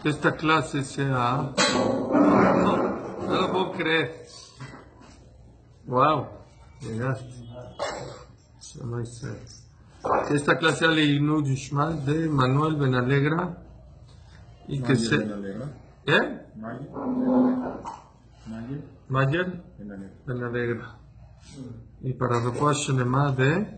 que esta clase sea... No lo puedo creer. Wow, llegaste. Que esta clase sea Leinud Yishmal de Manuel Benalegra y que se... ¿Eh? Mayer Benalegra. Y para Refuah Shelema de...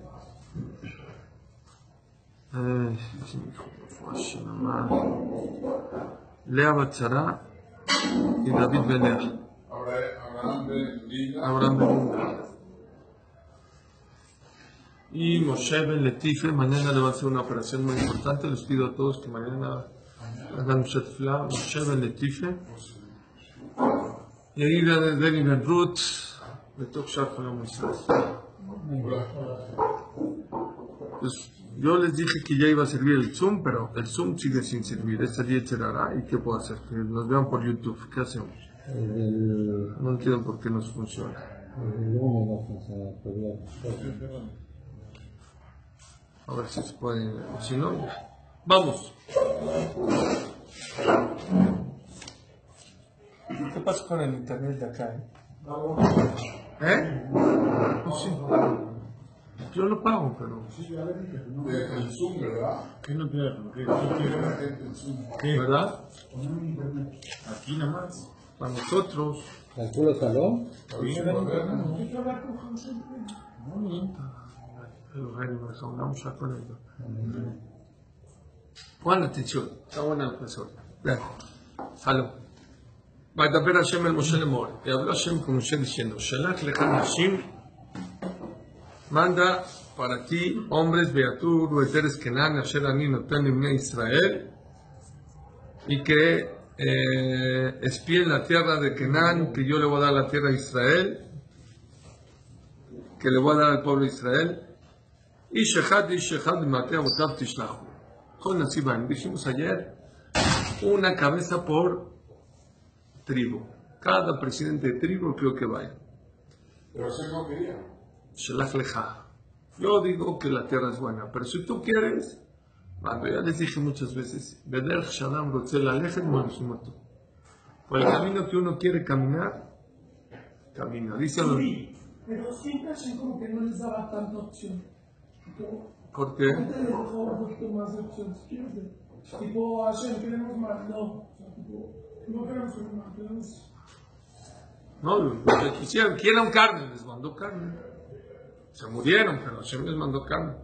Lea Batzara y David Belea. Abraham Ben y Moshe Ben Letife. Mañana le va a hacer una operación muy importante. Les pido a todos que mañana hagan un shetfla. Moshe Ben Letife y ahí de Deni Ben Ruth de Top Shaf con la Moisés. Pues yo les dije que ya iba a servir el Zoom, pero el Zoom sigue sin servir. Este día cerrará. ¿Y qué puedo hacer? Que nos vean por YouTube. ¿Qué hacemos? No entiendo por qué no funciona. A ver si se puede. Si no, vamos. ¿Qué pasa con el internet de acá? Pues sí. Yo lo pago, pero... El Zoom, ¿verdad? ¿Qué no quiere? ¿Qué? ¿Verdad? Aquí nada más. Para nosotros. ¿Al puro salón? Sí, Vamos a con ello. Pon atención. Está buena la profesora. Vean. Aló. Vaydaber Hashem el Moshe Lemor. Y habló Hashem con Moshe diciendo: Shalach lechan Hashim, manda para ti hombres Beatur, Ueteres Kenan, Asher Ani Noten Limne Israel, y que espíen la tierra de Kenan, que yo le voy a dar la tierra a Israel, que le voy a dar al pueblo de Israel. Y Shechad Mate Abotav Tishlahu. Con Nasiban, dijimos ayer, una cabeza por tribu. Cada presidente de tribu creo que vaya. Pero ese no quería. Shelach lecha. Yo digo que la tierra es buena, pero si tú quieres, bueno, ya les dije muchas veces, Bederch Shadam Rotzel Alechet Molesumato. Por el camino que uno quiere caminar, camina. Dice Sí, pero siempre así como que no les daba tanta opción. ¿Por qué? Antes les dejaba un poquito más de opción, si quieres. Tipo, Hashem, queremos más. No, o sea, tipo, no queremos más, queremos... No, lo que quisieron, quieran carne, les mandó carne. Se murieron, pero Hashem les mandó carne.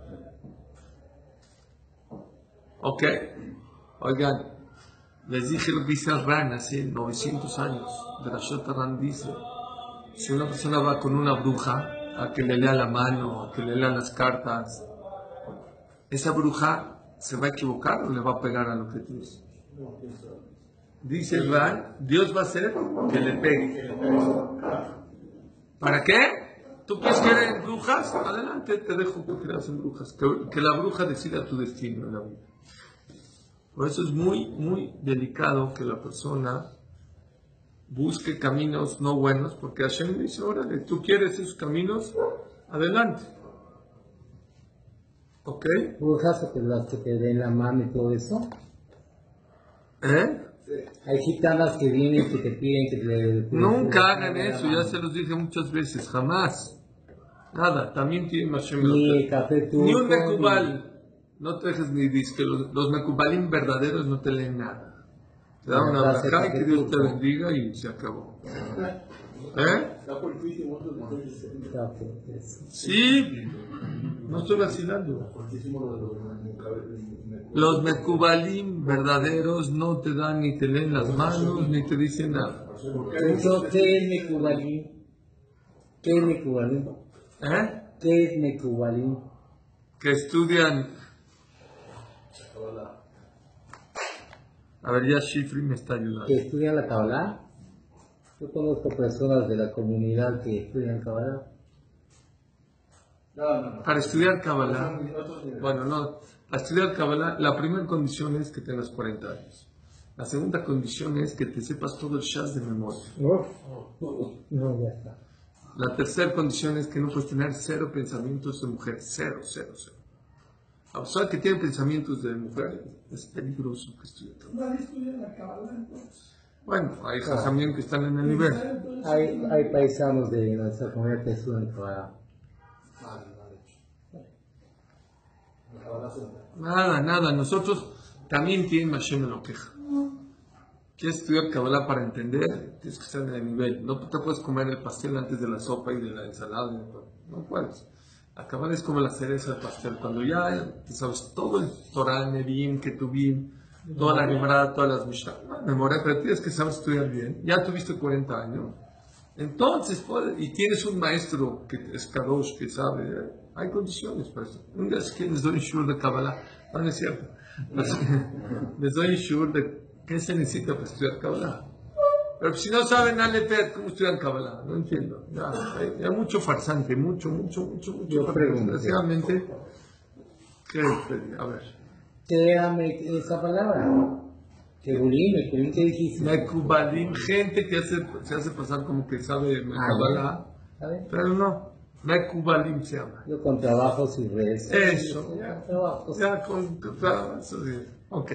Ok, oigan, les dije lo que dice Ran hace 900 años. De la Shota Ran dice: si una persona va con una bruja a que le lea la mano, a que le lea las cartas, esa bruja se va a equivocar o le va a pegar a lo que tú dices. Dice Ran, Dios va a hacer que le pegue. ¿Para qué? ¿Tú quieres creer en brujas? Adelante, te dejo que creas en brujas. Que la bruja decida tu destino en la vida. Por eso es muy, muy delicado que la persona busque caminos no buenos, porque Hashem dice: órale, tú quieres esos caminos, adelante. ¿Ok? ¿Brujas o que las que te den la mano y todo eso? ¿Eh? Hay gitanas que vienen que te piden que te... Nunca hagan eso, ya se los dije muchas veces, jamás. Nada, también tiene Hashem. Ni café turco, ni un mecubal. No te dejes ni disque. Los mecubalim verdaderos no te leen nada. Te dan una braja y que Dios te bendiga y se acabó. Sí, no estoy vacilando. Los mecubalim verdaderos no te dan ni te leen las manos ni te dicen nada. Entonces, ¿qué es mecubalín? ¿Qué es mecubalín? ¿Qué es mecubalín? Que estudian. A ver, ya Shifri me está ayudando. ¿Que estudian la Kabbalah? Yo conozco personas de la comunidad que estudian Kabbalah. Para estudiar Kabbalah, bueno, no, para estudiar Kabbalah, la primera condición es que tengas 40 años. La segunda condición es que te sepas todo el Shas de memoria. No, ya está. La tercera condición es que no puedes tener cero pensamientos de mujer, cero. A pesar que tiene pensamientos de mujer, es peligroso que estudie Kabbalah. Nadie estudia la Kabbalah entonces. Bueno, hay jajamín que están en el nivel. Hay paisanos de nuestra comunidad que estudian Kabbalah. Nada. Nosotros también tienen Hashem en lo queja. ¿Quieres estudiar Kabbalah para entender? Tienes que estar en el nivel. No te puedes comer el pastel antes de la sopa y de la ensalada. No puedes. La Kabbalah es como la cereza del pastel. Cuando ya te sabes todo el Torah, Nevi'im, Ketuvim, toda la Gemara, todas las Mishnah, memoria, pero tienes que saber estudiar bien. Ya tuviste 40 años. Entonces, y tienes un maestro que es Kadosh, que sabe, hay condiciones para eso. Un día es que les doy un shur de Kabbalah. No es cierto. Les doy un shur de qué se necesita para estudiar Kabbalah. Pero si no saben Alepet, ¿cómo estudian Kabbalah? No entiendo. Ya, hay mucho farsante, mucho. Yo pregunto. Desgraciadamente, a ver. ¿Qué era esa palabra? Kebulim, ¿qué dijiste? Mekubalim, gente que se hace pasar como que sabe Kabbalah, pero no. Mekubalim se llama. Yo con trabajos y redes. Eso. Ya, con trabajos. Ok.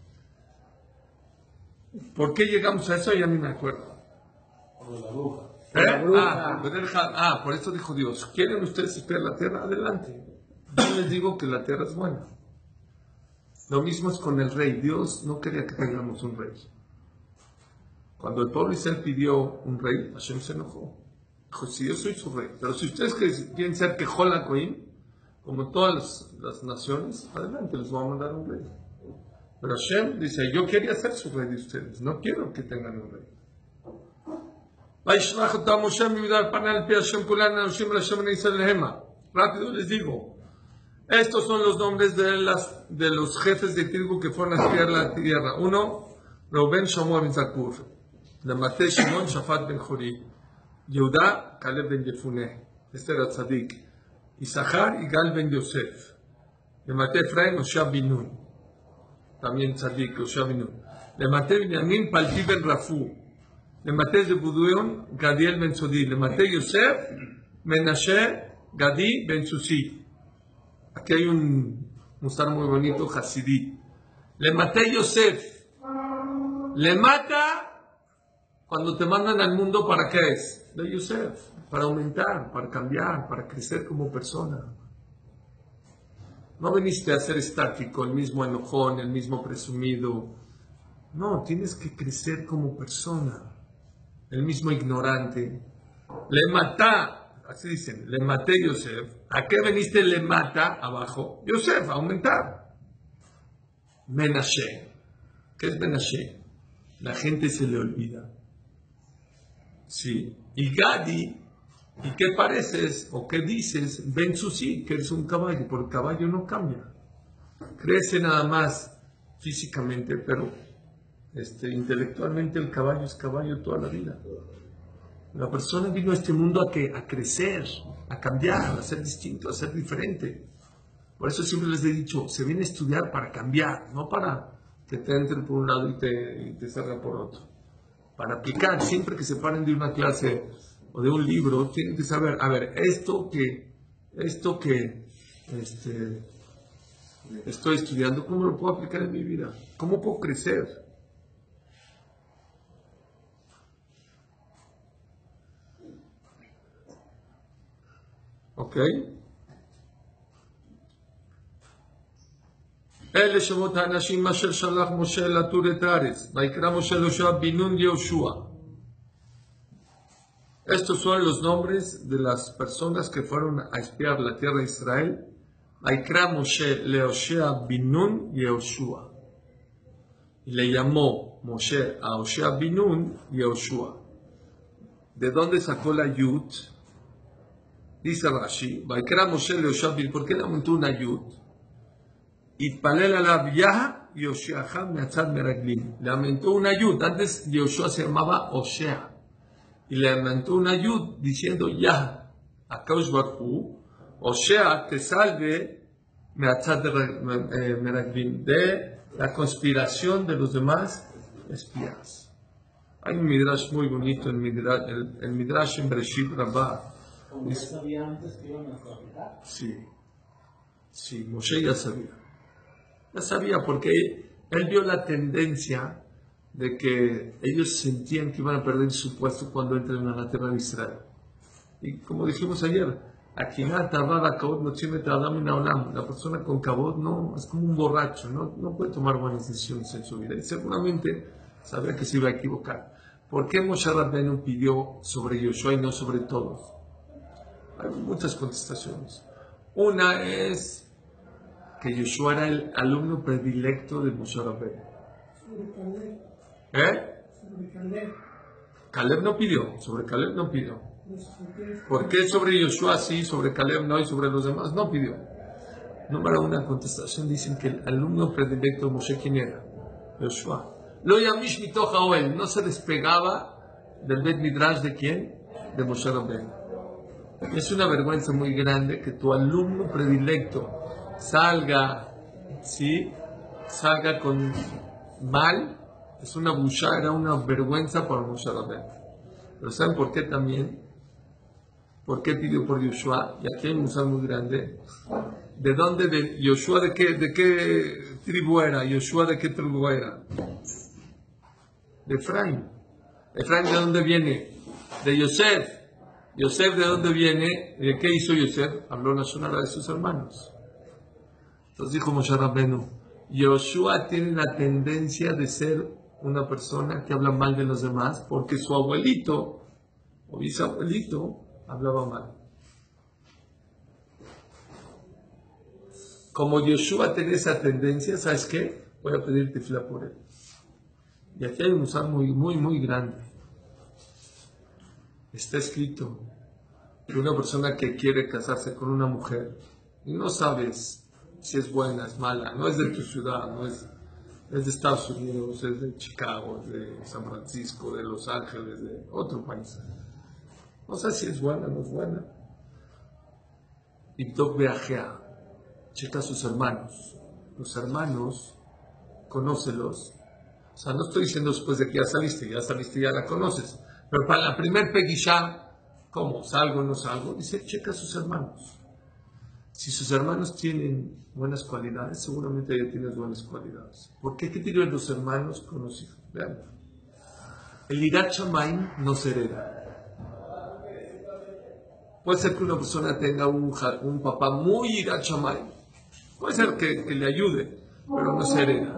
¿Por qué llegamos a eso? Ya ni me acuerdo. Por la bruja. La bruja. Por eso dijo Dios, ¿quieren ustedes espiar la tierra? Adelante. Yo les digo que la tierra es buena. Lo mismo es con el rey. Dios no quería que tengamos un rey. Cuando el pueblo Israel pidió un rey, Hashem se enojó. Dijo, sí, yo soy su rey. Pero si ustedes quieren ser Kehol Koim, como todas las naciones, adelante, les voy a mandar un rey. Pero Hashem dice, yo quería ser su rey de ustedes, no quiero que tengan un rey. Rápido les digo, estos son los nombres de los jefes de tribu que fueron a espiar la tierra. Uno, Reuben Shamuel ben Zakur, Lemate Shimon Shafat ben Jori, Yehuda Caleb ben Yefuneh, este era Tzadik, Isachar Igal ben Yosef, Lemate Efraim Oshia bin Nun, también Tzadik, Oshia bin Nun, Lemate Binyamin Palti ben Rafu, Lemate Zebudion Gadiel ben Sodi, Lemate Yosef Menashe Gadi ben Susi. Aquí hay un musar muy bonito, Hasidí. Le maté Yosef. Le mata cuando te mandan al mundo, ¿para qué es? De Yosef. Para aumentar, para cambiar, para crecer como persona. No viniste a ser estático, el mismo enojón, el mismo presumido. No, tienes que crecer como persona. El mismo ignorante. Le mata. Así dicen, le maté Yosef. ¿A qué veniste le mata abajo? Yosef, a aumentar. Menashe. ¿Qué es Menashe? La gente se le olvida. Sí. Y Gadi, ¿y qué pareces o qué dices? Ben Susi, que eres un caballo, porque el caballo no cambia. Crece nada más físicamente, pero intelectualmente el caballo es caballo toda la vida. La persona vino a este mundo a crecer, a cambiar, a ser distinto, a ser diferente. Por eso siempre les he dicho, se viene a estudiar para cambiar, no para que te entren por un lado y te salga por otro. Para aplicar, siempre que se paren de una clase o de un libro, tienen que saber, a ver, esto que estoy estudiando, ¿cómo lo puedo aplicar en mi vida? ¿Cómo puedo crecer? ¿Ok? אלה שמות האנשים אשר שלח משה לתור את הארץ, ויקרא משה ליהושע בן נון יהושע. Estos son los nombres de las personas que fueron a espiar la tierra de Israel. ויקרא משה ליהושע בן נון יהושע. Y le llamó Moshe a Hoshea bin Nun Yehoshua. ¿De dónde sacó la Yud? Dice Rashi, Vaikra Moshe Leoshua bin, ¿por qué le aumentó una Yud? Itpalel alab Yah Yosheacha meatzad meraglim. Le aumentó una Yud, antes Yehoshua se llamaba Hoshea. Y le aumentó una Yud diciendo Yah, a Kaush Barhu, Hoshea te salve meatzad meraglim, de la conspiración de los demás espías. Hay un midrash muy bonito, el midrash en Bereshit Rabbah. ¿Cómo sabía antes que iban a fabricar? Sí. Sí, Moshe ya sabía. Ya sabía porque él vio la tendencia de que ellos sentían que iban a perder su puesto cuando entren a la tierra de Israel. Y como dijimos ayer, la persona con cabot no es como un borracho, no puede tomar buenas decisiones en su vida. Y seguramente sabía que se iba a equivocar. ¿Por qué Moshe Rabbeinu pidió sobre Yoshua y no sobre todos? Hay muchas contestaciones. Una es que Yoshua era el alumno predilecto de Moshe Rabbeinu. Caleb no pidió, sobre Caleb no pidió. ¿Por qué sobre Yoshua sí, sobre Caleb no y sobre los demás no pidió? Número una contestación, dicen que el alumno predilecto de Moshe, ¿quién era? Yoshua. Lo yamish mitoch haoel, no se despegaba del Bet Midrash de quién? De Moshe Rabbeinu. Es una vergüenza muy grande que tu alumno predilecto salga con mal. Es una busha, era una vergüenza para Moshe Rabbeinu. Pero ¿saben por qué también? ¿Por qué pidió por Yoshua? Y aquí hay un musar muy grande. ¿De dónde? ¿De Yoshua de qué tribu era? ¿Yoshua de qué tribu era? De Efraín. ¿Efraín de dónde viene? De Yosef. ¿Yosef de dónde viene? ¿De qué hizo Yosef? Habló la sonora de sus hermanos. Entonces dijo Moshe Rabbeinu, Yoshua tiene la tendencia de ser una persona que habla mal de los demás porque su abuelito o bisabuelito hablaba mal. Como Yoshua tiene esa tendencia, ¿sabes qué? Voy a pedir tefilá por él. Y aquí hay un musar muy grande. Está escrito que una persona que quiere casarse con una mujer y no sabes si es buena, es mala, no es de tu ciudad, no es de Estados Unidos, es de Chicago, es de San Francisco, de Los Ángeles, de otro país. No sé si es buena o no es buena. Y Doc viajea, checa a sus hermanos. Los hermanos, conócelos. O sea, no estoy diciendo después de que ya saliste, ya la conoces. Pero para la primer peguishá, ¿cómo? ¿Salgo o no salgo? Dice, checa a sus hermanos. Si sus hermanos tienen buenas cualidades, seguramente ya tienes buenas cualidades. ¿Por qué? ¿Qué tienen los hermanos con los hijos? Vean. El Irat Shamayim no se hereda. Puede ser que una persona tenga un papá muy Irat Shamayim. Puede ser que le ayude, pero no se hereda.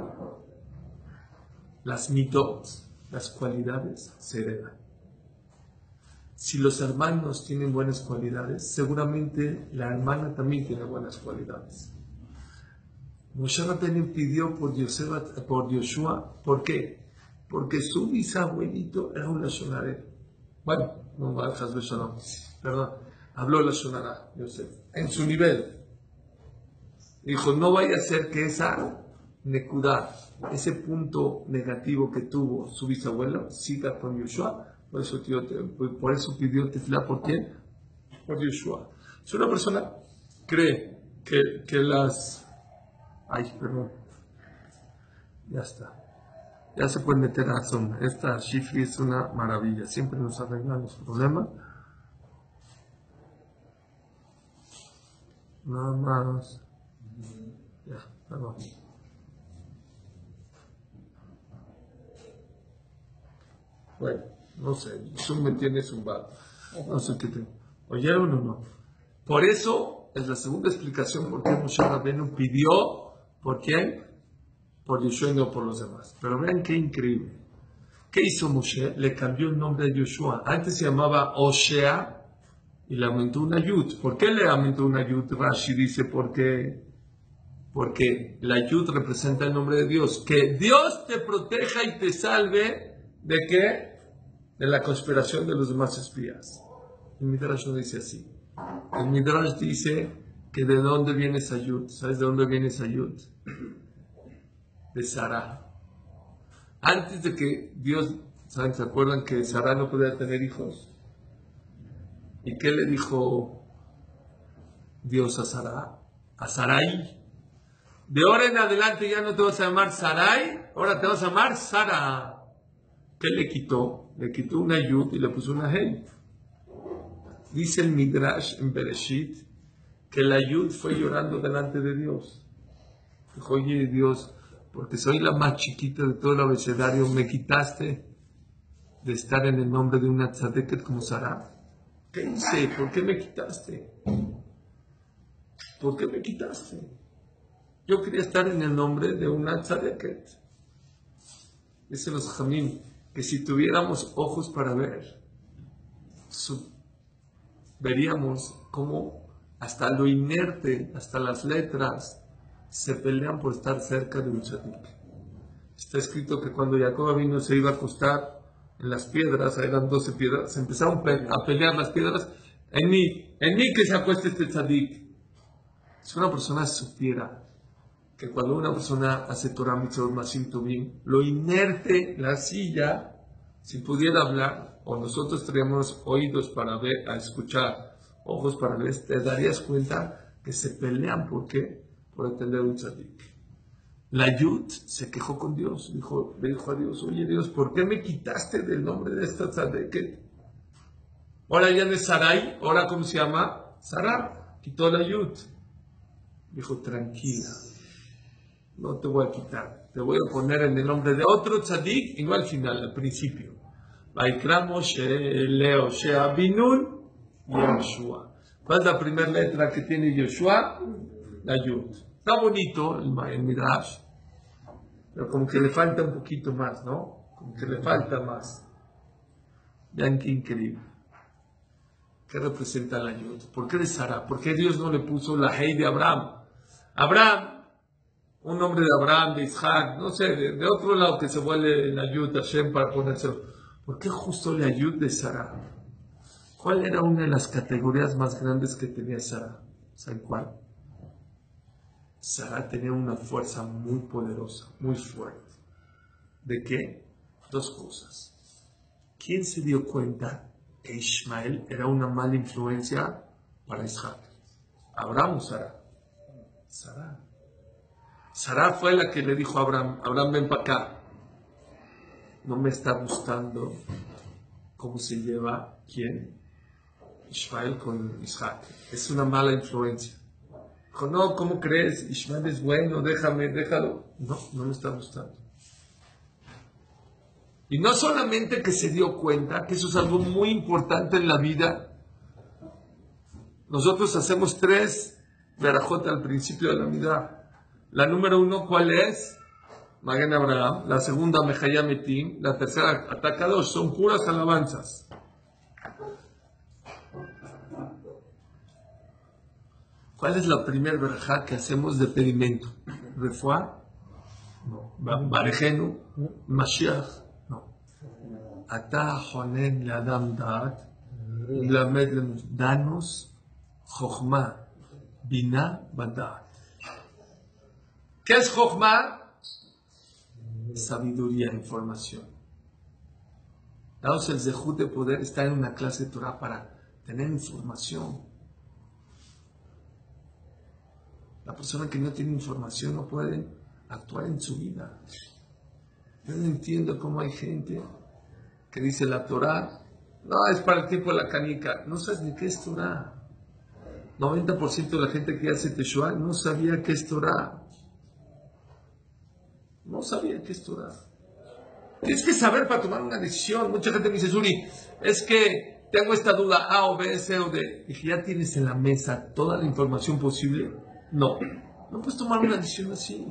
Las mitot, las cualidades, se heredan. Si los hermanos tienen buenas cualidades, seguramente la hermana también tiene buenas cualidades. Moshe Rabbeinu pidió por Yoshua, ¿por qué? Porque su bisabuelito era un lashon hara. Bueno, no me dejas ver shalom. Perdón, habló lashon hara, Yosef, en su nivel. Dijo, no vaya a ser que esa nekudá, ese punto negativo que tuvo su bisabuelo, siga con Yoshua. Por eso pidió tefilá, ¿por quién? Por Yoshua. Si una persona cree que las... Ay, perdón. Ya está. Ya se puede meter a Zoom. Esta Shifri es una maravilla. Siempre nos arregla los problemas. Nada más. Ya, perdón. Bueno, no sé. Zoom me tiene zumbado. No sé qué tengo. ¿Oyeron o no? Por eso es la segunda explicación por qué Moshe Rabbeinu pidió. ¿Por quién? Por Yoshua y no por los demás. Pero vean qué increíble. ¿Qué hizo Moshe? Le cambió el nombre a Yoshua. Antes se llamaba Oshea y le aumentó una yud. ¿Por qué le aumentó una yud? Rashi dice porque la yud representa el nombre de Dios. Que Dios te proteja y te salve ¿de qué? De la conspiración de los demás espías. El Midrash no dice así. El Midrash dice que de dónde viene esa yud. ¿Sabes de dónde viene esa yud? De Sará. Antes de que Dios, ¿saben? ¿Se acuerdan que Sará no podía tener hijos? ¿Y qué le dijo Dios a Sará? A Sarai. De ahora en adelante ya no te vas a llamar Sarai, ahora te vas a llamar Sara. ¿Qué le quitó? Le quitó una yud y le puso una hey. Dice el Midrash en Bereshit que la Yud fue llorando delante de Dios. Dijo, oye Dios, porque soy la más chiquita de todo el abecedario, me quitaste de estar en el nombre de una tzadeket como Sarah. ¿Qué hice? ¿Por qué me quitaste? ¿Por qué me quitaste? Yo quería estar en el nombre de una tzadeket. Dicen los jamín que si tuviéramos ojos para ver, veríamos cómo hasta lo inerte, hasta las letras, se pelean por estar cerca de un tzadik. Está escrito que cuando Jacob vino se iba a acostar en las piedras, eran 12 piedras, se empezaron a pelear las piedras, en mí que se acueste este tzadik. Si una persona supiera que cuando una persona hace Torah Mitzvot Masim Tovim, lo inerte, la silla, si pudiera hablar, o nosotros teníamos oídos para ver, a escuchar, ojos para ver, te darías cuenta que se pelean, ¿por qué? Por entender un tzadik. La Yud se quejó con Dios, le dijo a Dios, oye Dios, ¿por qué me quitaste del nombre de esta tzadeket? Ahora ya no es Sarai, ahora ¿cómo se llama? Sarah, quitó la Yud. Dijo, tranquila, no te voy a quitar, te voy a poner en el nombre de otro tzadik, y no al final, al principio. Vaikra Moshe, Leo, Shea, Binun, Yoshua. ¿Cuál es la primera letra que tiene Yoshua? La Yud. Está bonito el Midrash, pero como que le falta un poquito más, ¿no? Como que le falta más. Vean qué increíble. ¿Qué representa la Yud? ¿Por qué de Sara? ¿Por qué Dios no le puso la Hey de Abraham? Abraham, un nombre de Abraham, de Isaac, no sé, de otro lado que se vuelve la Yud de Hashem para ponérselo. ¿Por qué justo la Yud de Sara? ¿Cuál era una de las categorías más grandes que tenía Sara? ¿Saben cuál? Sara tenía una fuerza muy poderosa, muy fuerte. ¿De qué? Dos cosas. ¿Quién se dio cuenta que Ismael era una mala influencia para Isaac? ¿Abraham o Sara? Sara. Sara fue la que le dijo a Abraham, Abraham, ven para acá. No me está gustando cómo se lleva, ¿quién? Ismael con Isaac. Es una mala influencia. Dijo, no, ¿cómo crees? Ismael es bueno, déjalo. No me está gustando. Y no solamente que se dio cuenta, que eso es algo muy importante en la vida. Nosotros hacemos 3 verajot al principio de la vida. La número 1, ¿cuál es? Magen Abraham. La segunda, Mejaya Metim. La tercera, Atacados. Son puras alabanzas. ¿Cuál es la primera verajá que hacemos de pedimento? ¿Refuá? No. ¿Barejenu? ¿Mashiach? No. Ata Jonen Ladam Da'at. Danos Jochma Bina Badat. ¿Qué es Jochma? Sabiduría, información. Daos el zehut de poder estar en una clase de Torah para tener información. La persona que no tiene información no puede actuar en su vida. Yo no entiendo cómo hay gente que dice la Torah, no, es para el tiempo de la canica. No sabes ni qué es Torah. 90% de la gente que hace Teshuvah no sabía qué es Torah. No sabía qué es Torah. Tienes que saber para tomar una decisión. Mucha gente me dice, Zuri, es que tengo esta duda A o B, C o D. Dije, ¿ya tienes en la mesa toda la información posible? No puedes tomar una decisión así.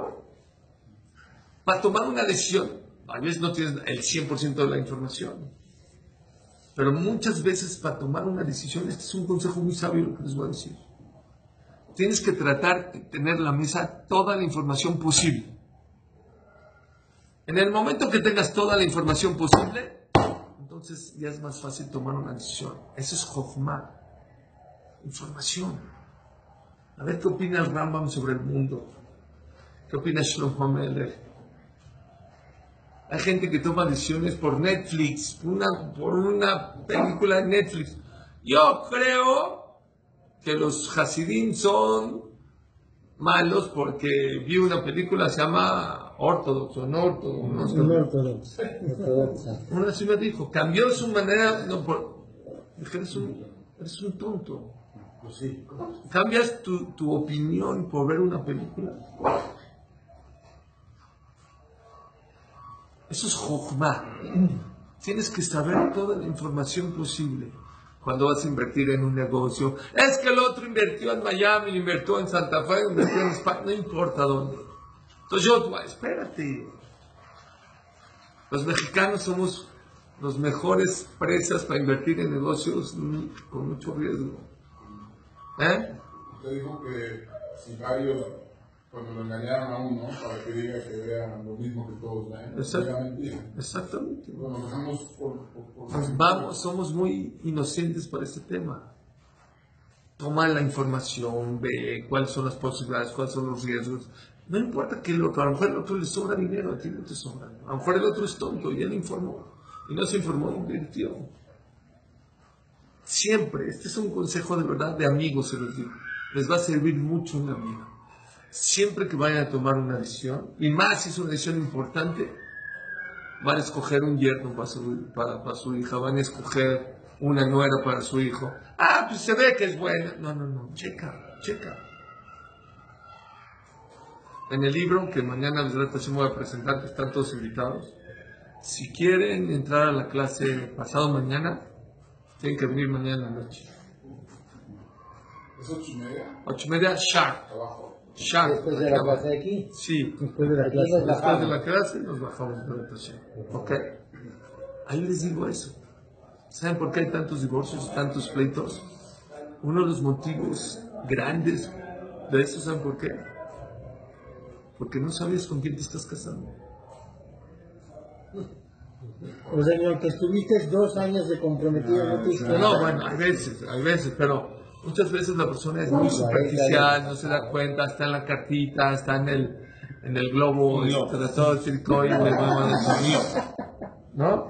Para tomar una decisión, a veces no tienes el 100% de la información. Pero muchas veces para tomar una decisión, este es un consejo muy sabio lo que les voy a decir. Tienes que tratar de tener en la mesa toda la información posible. En el momento que tengas toda la información posible, entonces ya es más fácil tomar una decisión. Eso es Jochma. Información. A ver qué opina el Rambam sobre el mundo. ¿Qué opina Shlomo Hamelech? Hay gente que toma decisiones por Netflix, por una película de Netflix. Yo creo que los Hasidim son malos porque vi una película que se llama Ortodoxo, no Ortodoxo. Una señora dijo, cambió su manera. Dije, eres un tonto. Pues sí. ¿Cambias tu opinión por ver una película? Eso es Jochma. Tienes que saber toda la información posible. Cuando vas a invertir en un negocio, es que el otro invirtió en Miami, invirtió en Santa Fe, invirtió en España, no importa dónde. Entonces espérate. Los mexicanos somos los mejores presas para invertir en negocios con mucho riesgo. Usted dijo que si varios, cuando lo engañaron a uno, para que diga que vean lo mismo que todos ven, era mentira. Exactamente. Bueno, nos dejamos Somos muy inocentes para este tema. Toma la información, ve cuáles son las posibilidades, cuáles son los riesgos. No importa que el otro, a lo mejor el otro le sobra dinero, a ti no te sobra. A lo mejor el otro es tonto y él informó. Y no se informó, invirtió. Siempre, este es un consejo de verdad de amigos, se los digo. Les va a servir mucho en la vida. Siempre que vayan a tomar una decisión, y más si es una decisión importante, van a escoger un yerno para su hija, van a escoger una nuera para su hijo. Pues se ve que es buena. No, checa. En el libro que mañana les voy a presentar, que están todos invitados, si quieren entrar a la clase pasado mañana, tienen que venir mañana en la noche. ¿Es 8:30? 8:30, sharp. Abajo. Sharp. Después de la clase de aquí. Sí. Después de la clase. Después de la clase nos bajamos de la habitación. ¿Ok? Ahí les digo eso. ¿Saben por qué hay tantos divorcios, tantos pleitos? Uno de los motivos grandes de eso, ¿saben por qué? Porque no sabes con quién te estás casando. O sea, en el que estuviste 2 años de comprometido, no te diste No, cuenta. bueno, hay veces, pero muchas veces la persona es muy superficial, no se da cuenta, está en la cartita, está en el globo, de todo el circo y le va a dormir. ¿No?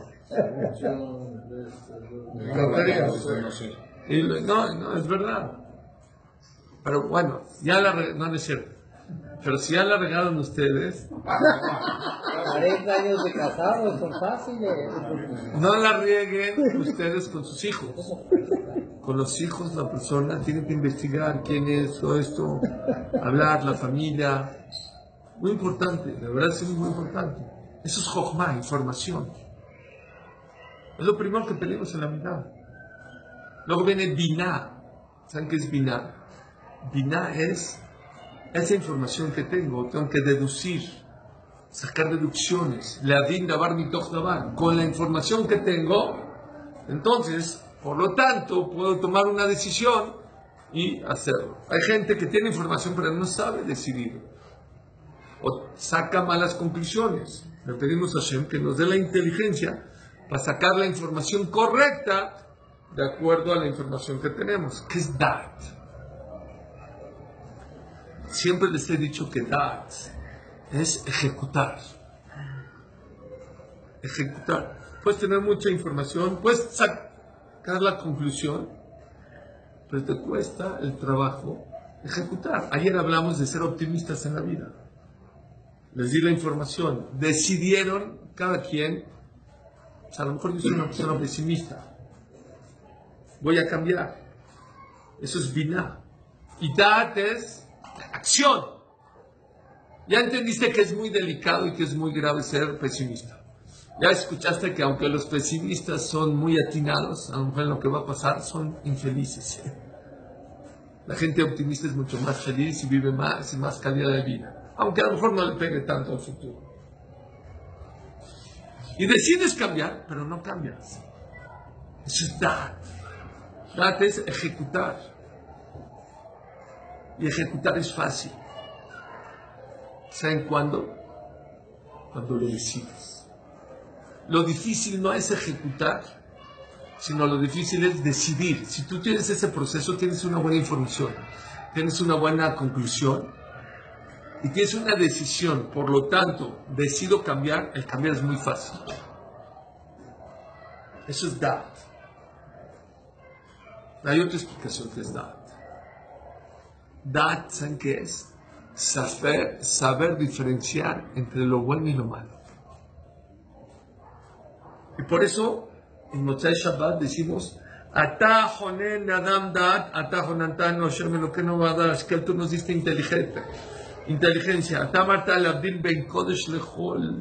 No sé. No, es verdad. Pero bueno, no es cierto. Pero si ya la regaron ustedes, 40 años de casados, son fáciles. no la rieguen ustedes con sus hijos. Con los hijos la persona tiene que investigar quién es, todo esto, hablar, la familia. Muy importante, de verdad es muy importante. Eso es Jochma, información. Es lo primero que pedimos en la vida. Luego viene Binah. ¿Saben qué es Binah? Binah es esa información que tengo que deducir, sacar deducciones. Leadin davar mitoch davar. Con la información que tengo, entonces, por lo tanto, puedo tomar una decisión y hacerlo. Hay gente que tiene información pero no sabe decidir. O saca malas conclusiones. Le pedimos a Hashem que nos dé la inteligencia para sacar la información correcta de acuerdo a la información que tenemos, que es Dat. Siempre les he dicho que Dat es ejecutar. Ejecutar. Puedes tener mucha información, puedes sacar la conclusión, pero te cuesta el trabajo ejecutar. Ayer hablamos de ser optimistas en la vida. Les di la información. Decidieron cada quien, a lo mejor yo soy una persona pesimista. Voy a cambiar. Eso es Binah. Y Dat es acción. Ya entendiste que es muy delicado y que es muy grave ser pesimista. Ya escuchaste que aunque los pesimistas son muy atinados, a lo mejor lo que va a pasar son infelices. La gente optimista es mucho más feliz y vive más y más calidad de vida. Aunque a lo mejor no le pegue tanto al futuro. Y decides cambiar, pero no cambias. Eso es Dat. Dat es ejecutar. Y ejecutar es fácil. ¿Saben cuándo? Cuando lo decides. Lo difícil no es ejecutar, sino lo difícil es decidir. Si tú tienes ese proceso, tienes una buena información, tienes una buena conclusión y tienes una decisión. Por lo tanto, decido cambiar, el cambiar es muy fácil. Eso es Dat. Hay otra explicación que es Dat. Dat, ¿saben qué es? Saber diferenciar entre lo bueno y lo malo. Y por eso en Motzai Shabbat decimos Ata jonen adam dat, ata jonantan no shem lo que no va a dar, es que tú nos diste inteligencia. Ata marta labdil ben kodesh lechol.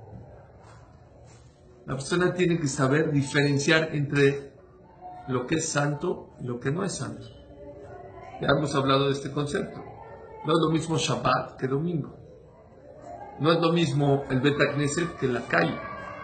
La persona tiene que saber diferenciar entre lo que es santo y lo que no es santo. Ya hemos hablado de este concepto. No es lo mismo Shabbat que domingo. No es lo mismo el Bet Knesset que la calle.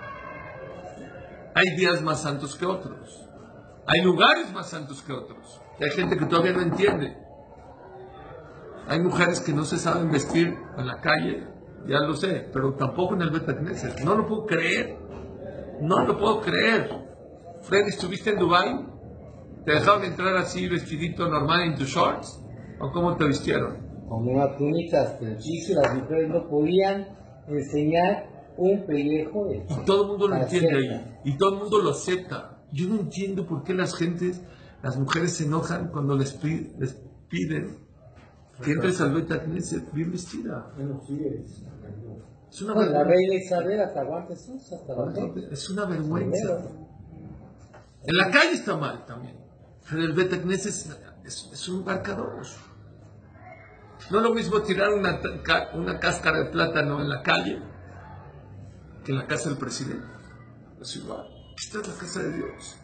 Hay días más santos que otros. Hay lugares más santos que otros. Y hay gente que todavía no entiende. Hay mujeres que no se saben vestir en la calle, ya lo sé, pero tampoco en el Bet Knesset. No lo puedo creer. No lo puedo creer. Freddy, ¿estuviste en Dubái? ¿Te dejaron entrar así vestidito normal en tus shorts? ¿O cómo te vistieron? Con una túnica, pero sí, las mujeres no podían enseñar un pellejo de... Y todo el mundo lo entiende ahí. Y todo el mundo lo acepta. Yo no entiendo por qué las mujeres se enojan cuando les piden que entres al Bet Knesset bien vestida. Es una vergüenza. La reina Isabel hasta aguantes hasta la gente. Es una vergüenza. En la calle está mal también. Pero el Bet Knesset es un lugar kadosh. No es lo mismo tirar una cáscara de plátano en la calle que en la casa del presidente. Es igual. Esta es la casa de Dios.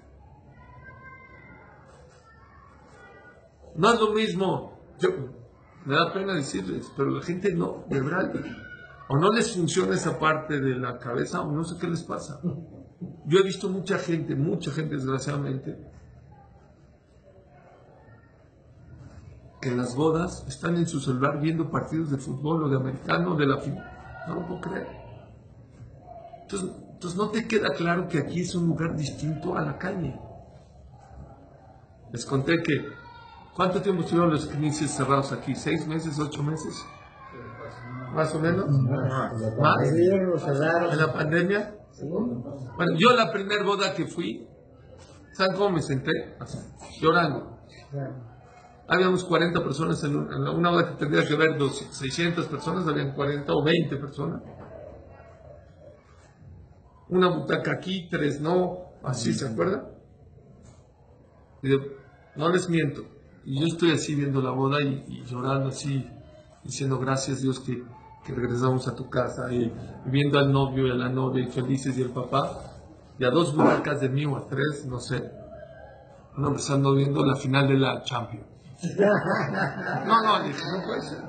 No es lo mismo. Me da pena decirles, pero la gente no, de verdad, o no les funciona esa parte de la cabeza, o no sé qué les pasa. Yo he visto mucha gente desgraciadamente, que en las bodas están en su celular viendo partidos de fútbol o de americano, de la final. No lo puedo creer. Entonces no te queda claro que aquí es un lugar distinto a la calle. Les conté que ¿cuánto tiempo estuvieron los knisset cerrados aquí? ¿6 meses, 8 meses? ¿Más o menos? ¿Más? ¿En la pandemia? Bueno, yo la primera boda que fui, ¿saben cómo me senté? Así, llorando. Habíamos 40 personas en una boda que tendría que haber 600 personas, habían 40 o 20 personas. Una butaca aquí, 3 no, así, ¿se acuerdan? Y no les miento. Y yo estoy así viendo la boda y llorando así, diciendo gracias Dios que regresamos a tu casa, y viendo al novio y a la novia y felices, y el papá, y a 2 butacas de mí o a 3, no sé, uno empezando viendo la final de la Champions. No, dije, no puede ser.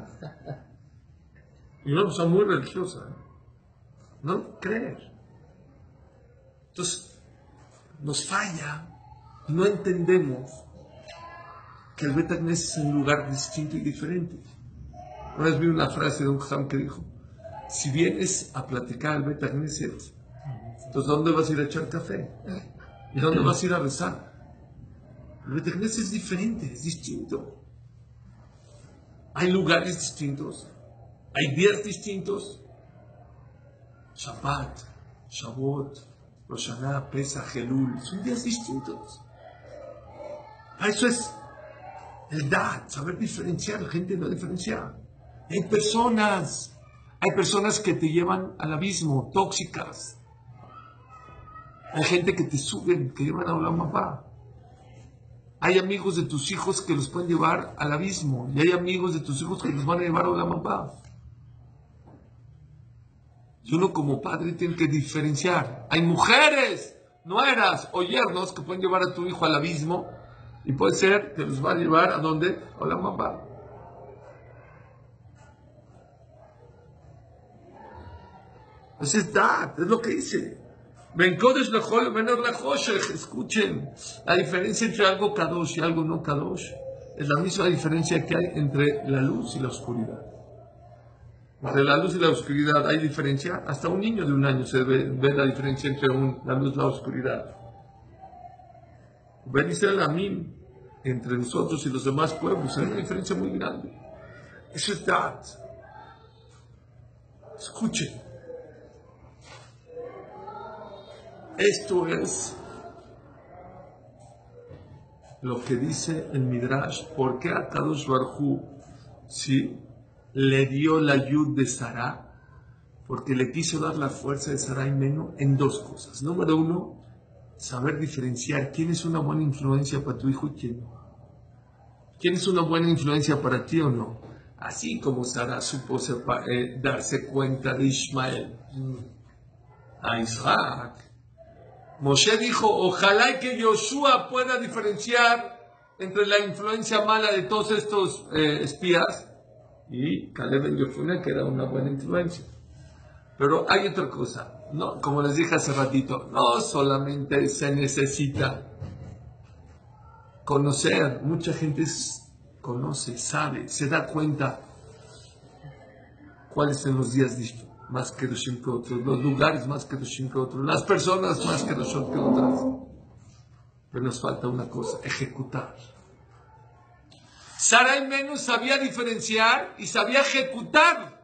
Y una persona muy religiosa, no creer. Entonces, nos falla, no entendemos que el Bet Knesset es un lugar distinto y diferente. Una vez vi una frase de un jajam que dijo: si vienes a platicar al Bet Knesset, entonces ¿dónde vas a ir a echar café? ¿Y dónde vas a ir a rezar? El Bet Knesset es diferente, es distinto. Hay lugares distintos, hay días distintos. Shabbat, Shavuot, Rosh Hashanah, Pesach, Elul, son días distintos. Eso es el dat, saber diferenciar. La gente no diferencia. Hay personas que te llevan al abismo, tóxicas. Hay gente que te suben, que llevan a Olam Haba. Hay amigos de tus hijos que los pueden llevar al abismo, y hay amigos de tus hijos que los van a llevar a Olam Haba. Y uno como padre tiene que diferenciar. Hay mujeres, nueras o yernos que pueden llevar a tu hijo al abismo, y puede ser que los va a llevar a donde, a Olam Haba. Ese es dat, es lo que dice. Ben Kodesh lechol menor lechoshech. Escuchen, la diferencia entre algo kadosh y algo no kadosh es la misma diferencia que hay entre la luz y la oscuridad. Entre la luz y la oscuridad hay diferencia. Hasta un niño de 1 año se ve la diferencia entre la luz y la oscuridad. Ben Israel Amim, entre nosotros y los demás pueblos, hay una diferencia muy grande. Eso es dat. Escuchen. Esto es lo que dice el Midrash. ¿Por qué a Kadosh Baruj Hu, sí, le dio la yud de Sará? Porque le quiso dar la fuerza de Sará y Meno en 2 cosas. Número 1, saber diferenciar quién es una buena influencia para tu hijo y quién no. ¿Quién es una buena influencia para ti o no? Así como Sara supo darse cuenta de Ismael a Isaac. Moshe dijo, ojalá que Yoshua pueda diferenciar entre la influencia mala de todos estos espías y Caleb en Yefune, que era una buena influencia. Pero hay otra cosa, no, como les dije hace ratito, no solamente se necesita conocer, mucha gente conoce, sabe, se da cuenta cuáles son los días más kedoshim que otros, los lugares más kedoshim que otros, las personas más kedoshim que otras. Pero nos falta una cosa, ejecutar. Sara al menos sabía diferenciar y sabía ejecutar.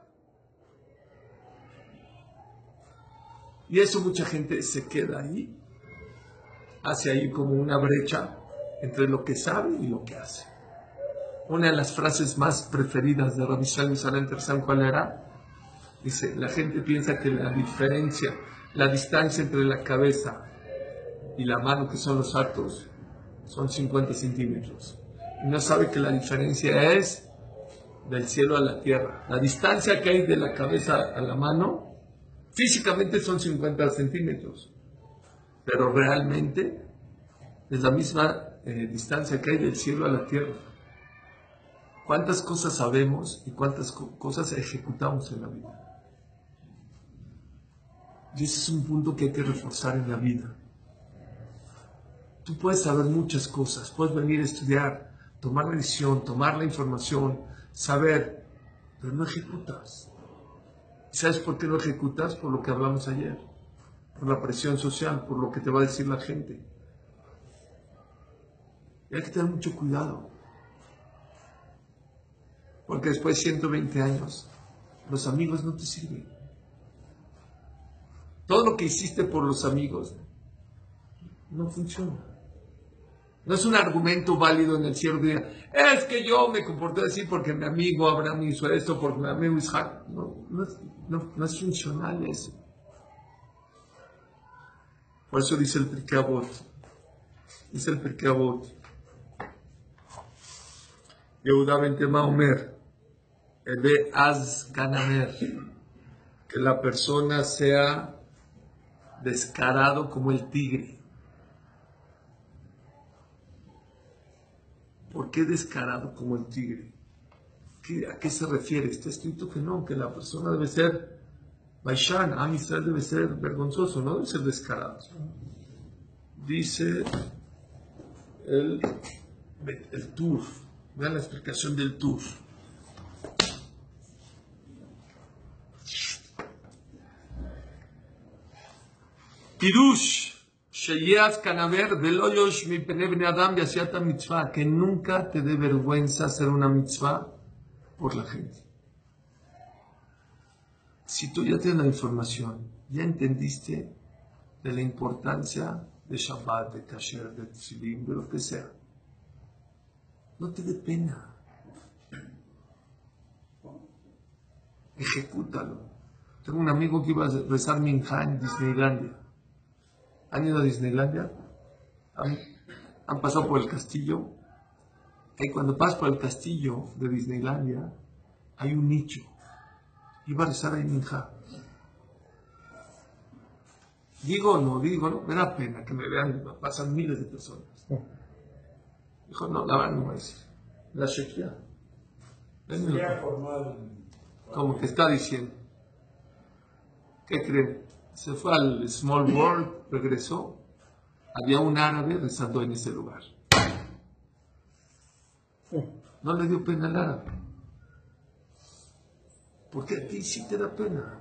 Y eso mucha gente se queda ahí, hace ahí como una brecha entre lo que sabe y lo que hace. Una de las frases más preferidas de Rabbi Shalom Salem Terzan, ¿cuál era? Dice, la gente piensa que la distancia entre la cabeza y la mano, que son los actos, son 50 centímetros. Y no sabe que la diferencia es del cielo a la tierra. La distancia que hay de la cabeza a la mano, físicamente son 50 centímetros. Pero realmente es la misma distancia que hay del cielo a la tierra. ¿Cuántas cosas sabemos y cuántas cosas ejecutamos en la vida? Y ese es un punto que hay que reforzar en la vida. Tú puedes saber muchas cosas, puedes venir a estudiar, tomar la decisión, tomar la información, saber, pero no ejecutas. ¿Y sabes por qué no ejecutas? Por lo que hablamos ayer, por la presión social, por lo que te va a decir la gente. Y hay que tener mucho cuidado, porque después de 120 años, los amigos no te sirven. Todo lo que hiciste por los amigos no funciona. No es un argumento válido en el cielo de es que yo me comporté así porque mi amigo Abraham hizo esto, porque mi amigo Isaac. No es funcional eso. Por eso dice el Pirkei Avot. Dice el Pirkei Avot. Yehuda ben Tema Omer. Ebe az kanamer. Que la persona sea descarado como el tigre. ¿Por qué descarado como el tigre? ¿A qué se refiere? Está escrito que no, que la persona debe ser Baishan, Am Israel debe ser vergonzoso, no debe ser descarado. Dice el Tur, vean la explicación del Tur. Pirush, Sheyaz Kanaver, Veloyosh mi Penebne Adam Yasiata Mitzvah, que nunca te dé vergüenza hacer una mitzvah por la gente. Si tú ya tienes la información, ya entendiste de la importancia de Shabbat, de Kasher, de Tzilim, de lo que sea, no te dé pena. Ejecútalo. Tengo un amigo que iba a rezar Minjá en Disneylandia. ¿Han ido a Disneylandia? ¿Han pasado por el castillo? Y cuando pasas por el castillo de Disneylandia, hay un nicho. Iba a rezar ahí Minjá. Digo o no, me da pena que me vean, pasan miles de personas. Dijo, no, la verdad no va a decir. La Shekia. Como que está diciendo. ¿Qué creen? Se fue al Small World, regresó. Había un árabe rezando en ese lugar. No le dio pena al árabe. Porque a ti sí te da pena.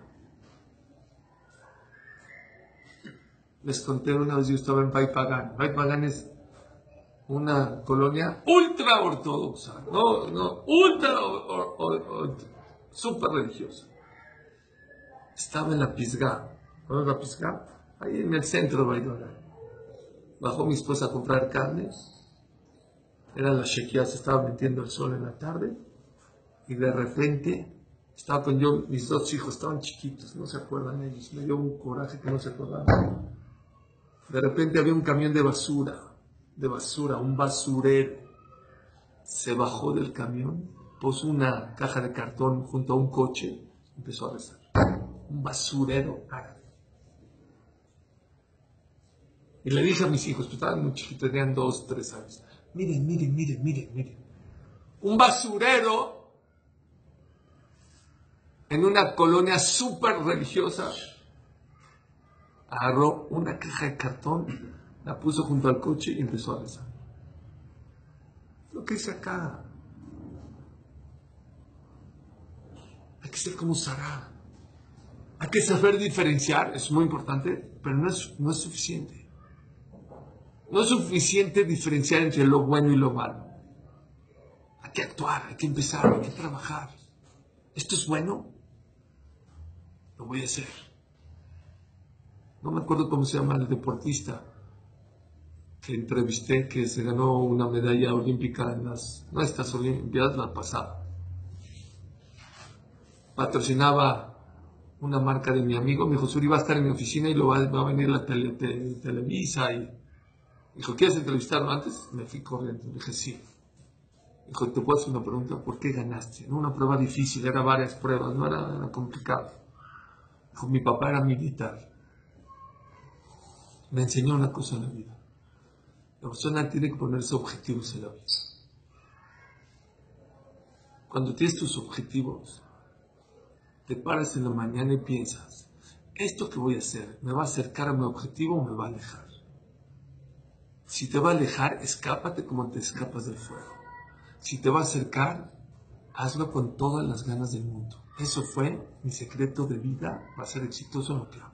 Les conté una vez, yo estaba en Paipagán. Paipagán es una colonia ultra ortodoxa. Ultra super religiosa. Estaba en la Pisgah. ¿Conoces la Pisgah? Ahí en el centro de Baidora. Bajó mi esposa a comprar carne. Era la Shekia, se estaba metiendo el sol en la tarde. Y de repente, estaba con yo, mis dos hijos estaban chiquitos, no se acuerdan ellos. Me dio un coraje que no se acordaban. De repente había un camión de basura, un basurero. Se bajó del camión, puso una caja de cartón junto a un coche, empezó a rezar. Un basurero árabe. Y le dije a mis hijos, pues estaban muy chiquitos, tenían 2, 3 años. Miren. Un basurero en una colonia súper religiosa agarró una caja de cartón, la puso junto al coche y empezó a rezar. Lo que hice acá. Hay que ser como Sarah. Hay que saber diferenciar, es muy importante, pero no es suficiente. No es suficiente diferenciar entre lo bueno y lo malo. Hay que actuar, hay que empezar, hay que trabajar. ¿Esto es bueno? Lo voy a hacer. No me acuerdo cómo se llama el deportista que entrevisté, que se ganó una medalla olímpica en estas Olimpiadas, la pasada. Patrocinaba una marca de mi amigo, me dijo, Suri va a estar en mi oficina y va a venir la Televisa y dijo, ¿quieres entrevistarlo antes? Me fui corriendo, le dije, sí. Dijo, ¿te puedo hacer una pregunta? ¿Por qué ganaste? No una prueba difícil, eran varias pruebas, no era complicado. Dijo, mi papá era militar. Me enseñó una cosa en la vida. La persona tiene que ponerse objetivos en la vida. Cuando tienes tus objetivos, te paras en la mañana y piensas, ¿esto que voy a hacer me va a acercar a mi objetivo o me va a alejar? Si te va a alejar, escápate como te escapas del fuego. Si te va a acercar, hazlo con todas las ganas del mundo. Eso fue mi secreto de vida para ser exitoso en lo que hago.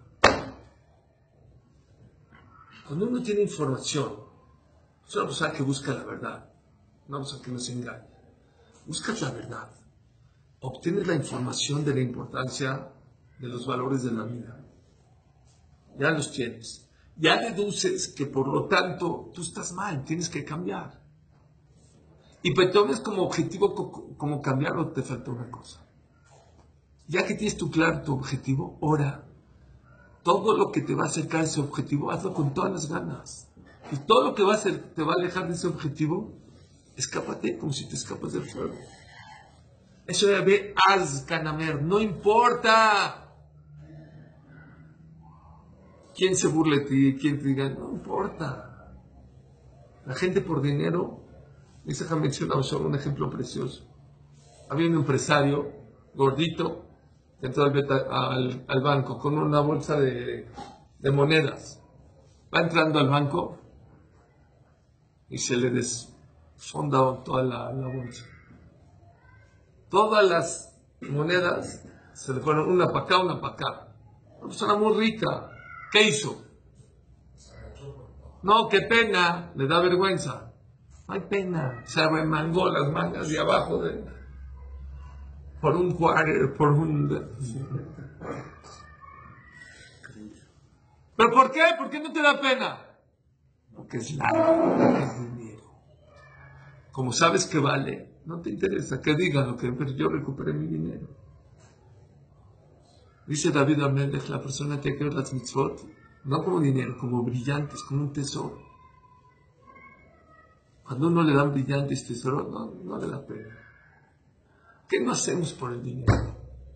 Cuando uno tiene información, es una persona que busca la verdad, una persona que no se engaña. Buscas la verdad. Obtienes la información de la importancia de los valores de la vida. Ya los tienes. Ya deduces que por lo tanto tú estás mal, tienes que cambiar. Y te tomes como objetivo como cambiarlo, te falta una cosa. Ya que tienes claro tu objetivo, ora. Todo lo que te va a acercar a ese objetivo, hazlo con todas las ganas. Y todo lo que te va a alejar de ese objetivo, escápate como si te escapas del fuego. Eso de ver Kanamer, no importa quién se burle de ti, quién te diga, no importa. La gente por dinero, Isaac ha mencionado solo un ejemplo precioso. Había un empresario gordito, entró al banco con una bolsa de monedas. Va entrando al banco y se le desfonda toda la bolsa. Todas las monedas se le fueron una para acá, una para acá. Una persona muy rica. ¿Qué hizo? No, qué pena, le da vergüenza. No hay pena. Se remangó las mangas de abajo por un quarter, ¿Pero por qué? ¿Por qué no te da pena? Porque es largo, porque es dinero. Como sabes que vale, no te interesa que digan lo que, pero yo recuperé mi dinero. Dice David Amelech, la persona tiene que ver las mitzvot, no como dinero, como brillantes, como un tesoro. Cuando uno le dan brillantes tesoros, no le da pena. ¿Qué no hacemos por el dinero?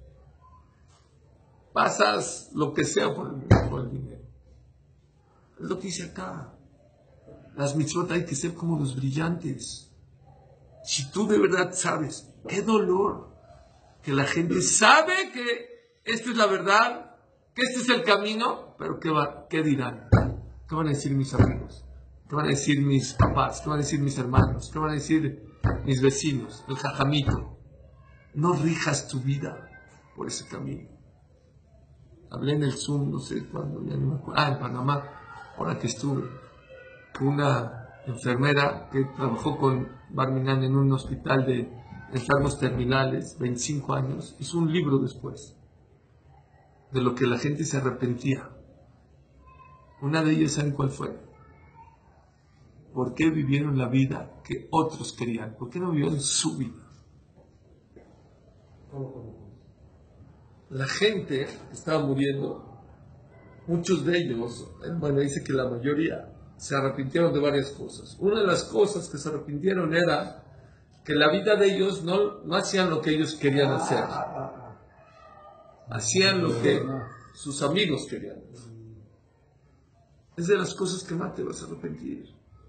Pasas lo que sea por el dinero. Es lo que dice acá. Las mitzvot hay que ser como los brillantes. Si tú de verdad sabes, qué dolor que la gente sabe que esta es la verdad, que este es el camino, pero ¿qué dirán? ¿Qué van a decir mis amigos? ¿Qué van a decir mis papás? ¿Qué van a decir mis hermanos? ¿Qué van a decir mis vecinos? El jajamito. No rijas tu vida por ese camino. Hablé en el Zoom, no sé cuándo, ya no me acuerdo. En Panamá, ahora que estuve, con una enfermera que trabajó con Barminan en un hospital de enfermos terminales, 25 años, hizo un libro después de lo que la gente se arrepentía. Una de ellas, ¿saben cuál fue? ¿Por qué vivieron la vida que otros querían? ¿Por qué no vivieron su vida? La gente que estaba muriendo muchos de ellos, bueno, dice que la mayoría, se arrepintieron de varias cosas. Una de las cosas que se arrepintieron era que la vida de ellos no hacían lo que ellos querían hacer. Hacían lo que sus amigos querían hacer. Es de las cosas que más te vas a arrepentir.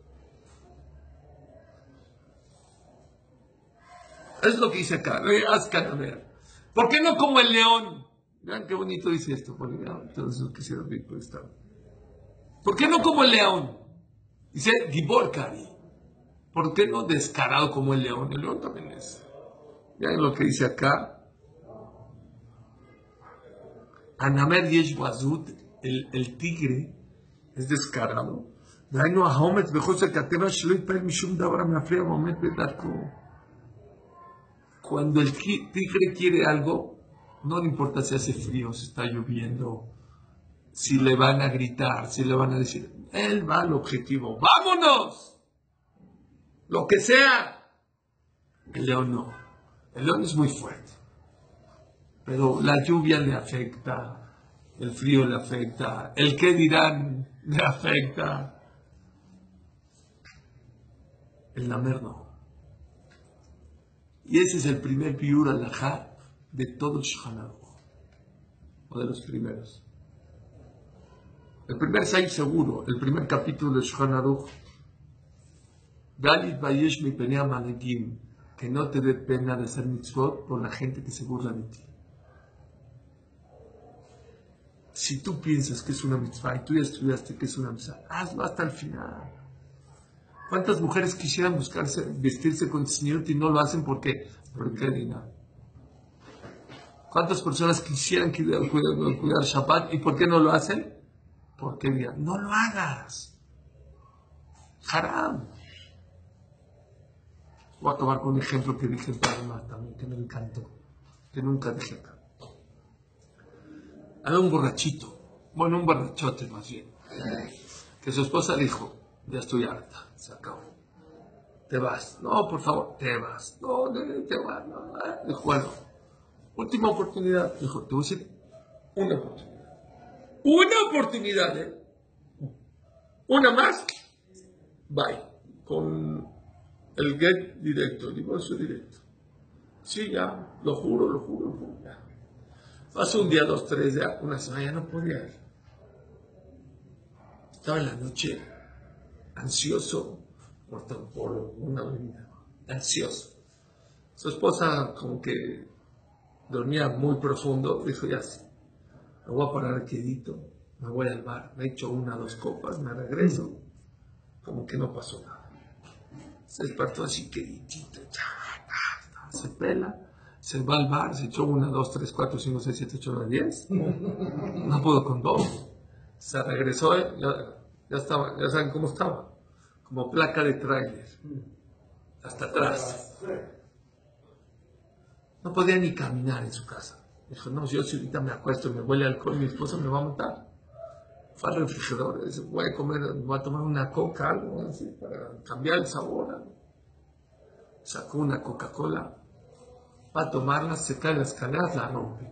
Es lo que dice acá. ¿Por qué no como el león? Vean qué bonito dice esto. Entonces no quisiera ver por esta. ¿Por qué no como el león? Dice Gibor Kari. ¿Por qué no descarado como el león? El león también es. Vean lo que dice acá. Anamer Yesh Bazut, el tigre, es descarado. Cuando el tigre quiere algo, no le importa si hace frío, si está lloviendo, si le van a gritar, si le van a decir, él va al objetivo, ¡vámonos! Lo que sea. El león no. El león es muy fuerte. Pero la lluvia le afecta, el frío le afecta, el qué dirán le afecta. El namer no. Y ese es el primer biur alajá de todo Shulchan Aruch, o de los primeros. El primer Saif seguro, el primer capítulo de Shulchan Aruch, Galit Bayesh mi penea manegim, que no te dé pena de hacer mitzvot por la gente que se burla de ti. Si tú piensas que es una mitzvah y tú ya estudiaste que es una mitzvah, hazlo hasta el final. ¿Cuántas mujeres quisieran vestirse con tzniut y no lo hacen porque Dina? ¿Cuántas personas quisieran cuidar Shabbat y por qué no lo hacen? Porque digan, no lo hagas. Haram. Voy a acabar con un ejemplo que dije en Panamá también, que me encantó, que nunca dije acá. Había un borrachito, bueno, un borrachote más bien, que su esposa dijo, ya estoy harta, se acabó. Te vas. No, por favor, te vas. No, te vas. No. Dijo, bueno, última oportunidad. Dijo, te voy a decir una oportunidad. Una oportunidad, ¿eh? Una más. Bye. Con el get directo, el divorcio directo. Sí, ya, lo juro, ya. Pasó un día, 2, 3 días, una semana, ya no podía ir. Estaba en la noche ansioso por una bebida, ansioso. Su esposa como que dormía muy profundo, dijo, ya sí, me voy a parar quedito, me voy al bar, me echo 1 o 2 copas, me regreso, como que no pasó nada. Se despertó así queditito, se pela, se va al bar, se echó 1, 2, 3, 4, 5, 6, 7, 8, 9, 10, no pudo con 2, se regresó, ya estaba, ya saben cómo estaba, como placa de tráiler, hasta atrás. No podía ni caminar en su casa. Dijo, no, yo si ahorita me acuesto y me huele alcohol, mi esposa me va a matar. Fue al refrigerador, dice, voy a tomar una coca, algo así, para cambiar el sabor. Sacó una Coca-Cola, va a tomarla, se cae en las escaleras, la rompe.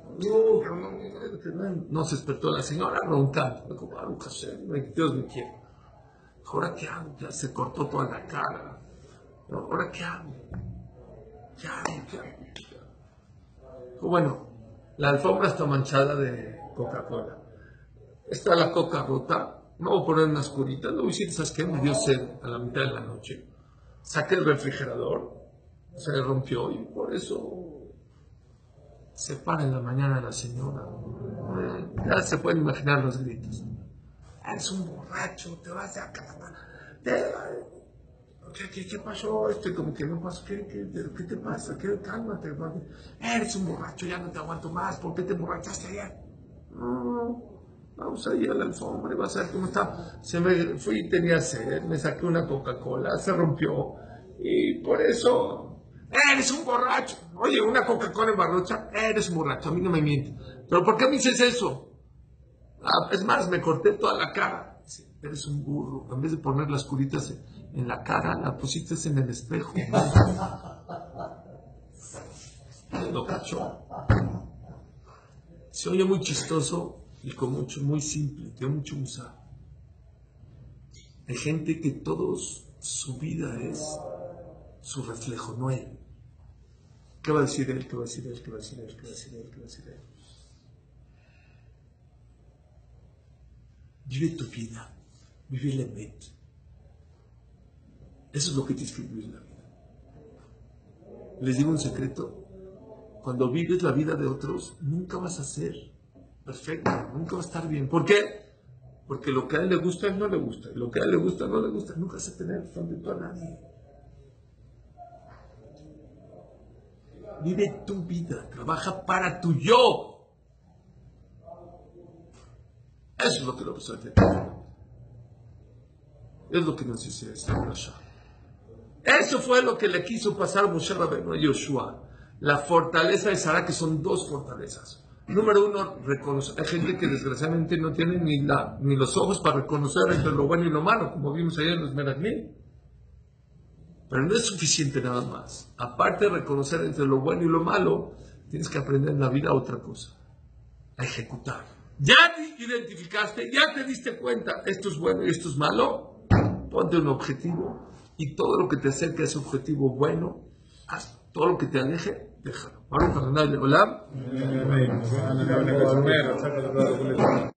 No se despertó la señora, roncando. Dios me quiere. ¿Ahora qué hago? Ya se cortó toda la cara. ¿Ahora qué hago? ¿Qué hago? Bueno, la alfombra está manchada de Coca-Cola. Está la coca rota. No voy a poner unas curitas. Lo voy a decir, ¿sabes qué? Me dio sed a la mitad de la noche. Saqué el refrigerador. Se le rompió y por eso se para en la mañana la señora. Ya se pueden imaginar los gritos. Eres un borracho, te vas de acá. ¿Qué pasó? Como que no pasó. ¿Qué te pasa? Cálmate. Eres un borracho, ya no te aguanto más. ¿Por qué te emborrachaste ayer? No, vamos a ir a la alfombra y vas a ver cómo está. Se me fui, tenía sed, me saqué una Coca-Cola, se rompió. Y por eso, eres un borracho. Oye, una Coca-Cola en barrocha, eres un borracho, a mí no me mientes. ¿Pero por qué me dices eso? Es más, me corté toda la cara. Eres un burro. En vez de poner las curitas en la cara, la pusiste en el espejo. Lo cachó. Se oye muy chistoso, y con mucho, muy simple, tiene mucho musar. Hay gente que todos su vida es su reflejo, no él. ¿Qué va a decir él? ¿Qué va a decir él? ¿Qué va a decir él? ¿Qué va a decir él? ¿Qué va a decir él? Vive tu vida, vive el emet. Eso es lo que tienes que vivir en la vida. Les digo un secreto: cuando vives la vida de otros, nunca vas a ser perfecto, nunca va a estar bien. ¿Por qué? Porque lo que a él le gusta, a él no le gusta. Y lo que a él le gusta, no le gusta. Nunca vas a tener frente a nadie. Vive tu vida, trabaja para tu yo. Eso es lo que lo pasó a ti. Es lo que nos dice esta Parashá. Eso fue lo que le quiso pasar Moshe Rabbeinu a Yoshua. La fortaleza de Sará, que son dos fortalezas. Número uno, reconocer. Hay gente que desgraciadamente no tiene ni los ojos para reconocer entre lo bueno y lo malo, como vimos ayer en los Meraglim. Pero no es suficiente nada más. Aparte de reconocer entre lo bueno y lo malo, tienes que aprender en la vida otra cosa: a ejecutar. Ya te identificaste, ya te diste cuenta, esto es bueno y esto es malo. Ponte un objetivo y todo lo que te acerque a ese objetivo bueno, haz. Todo lo que te aleje, déjalo. Ahora para nadie, hola.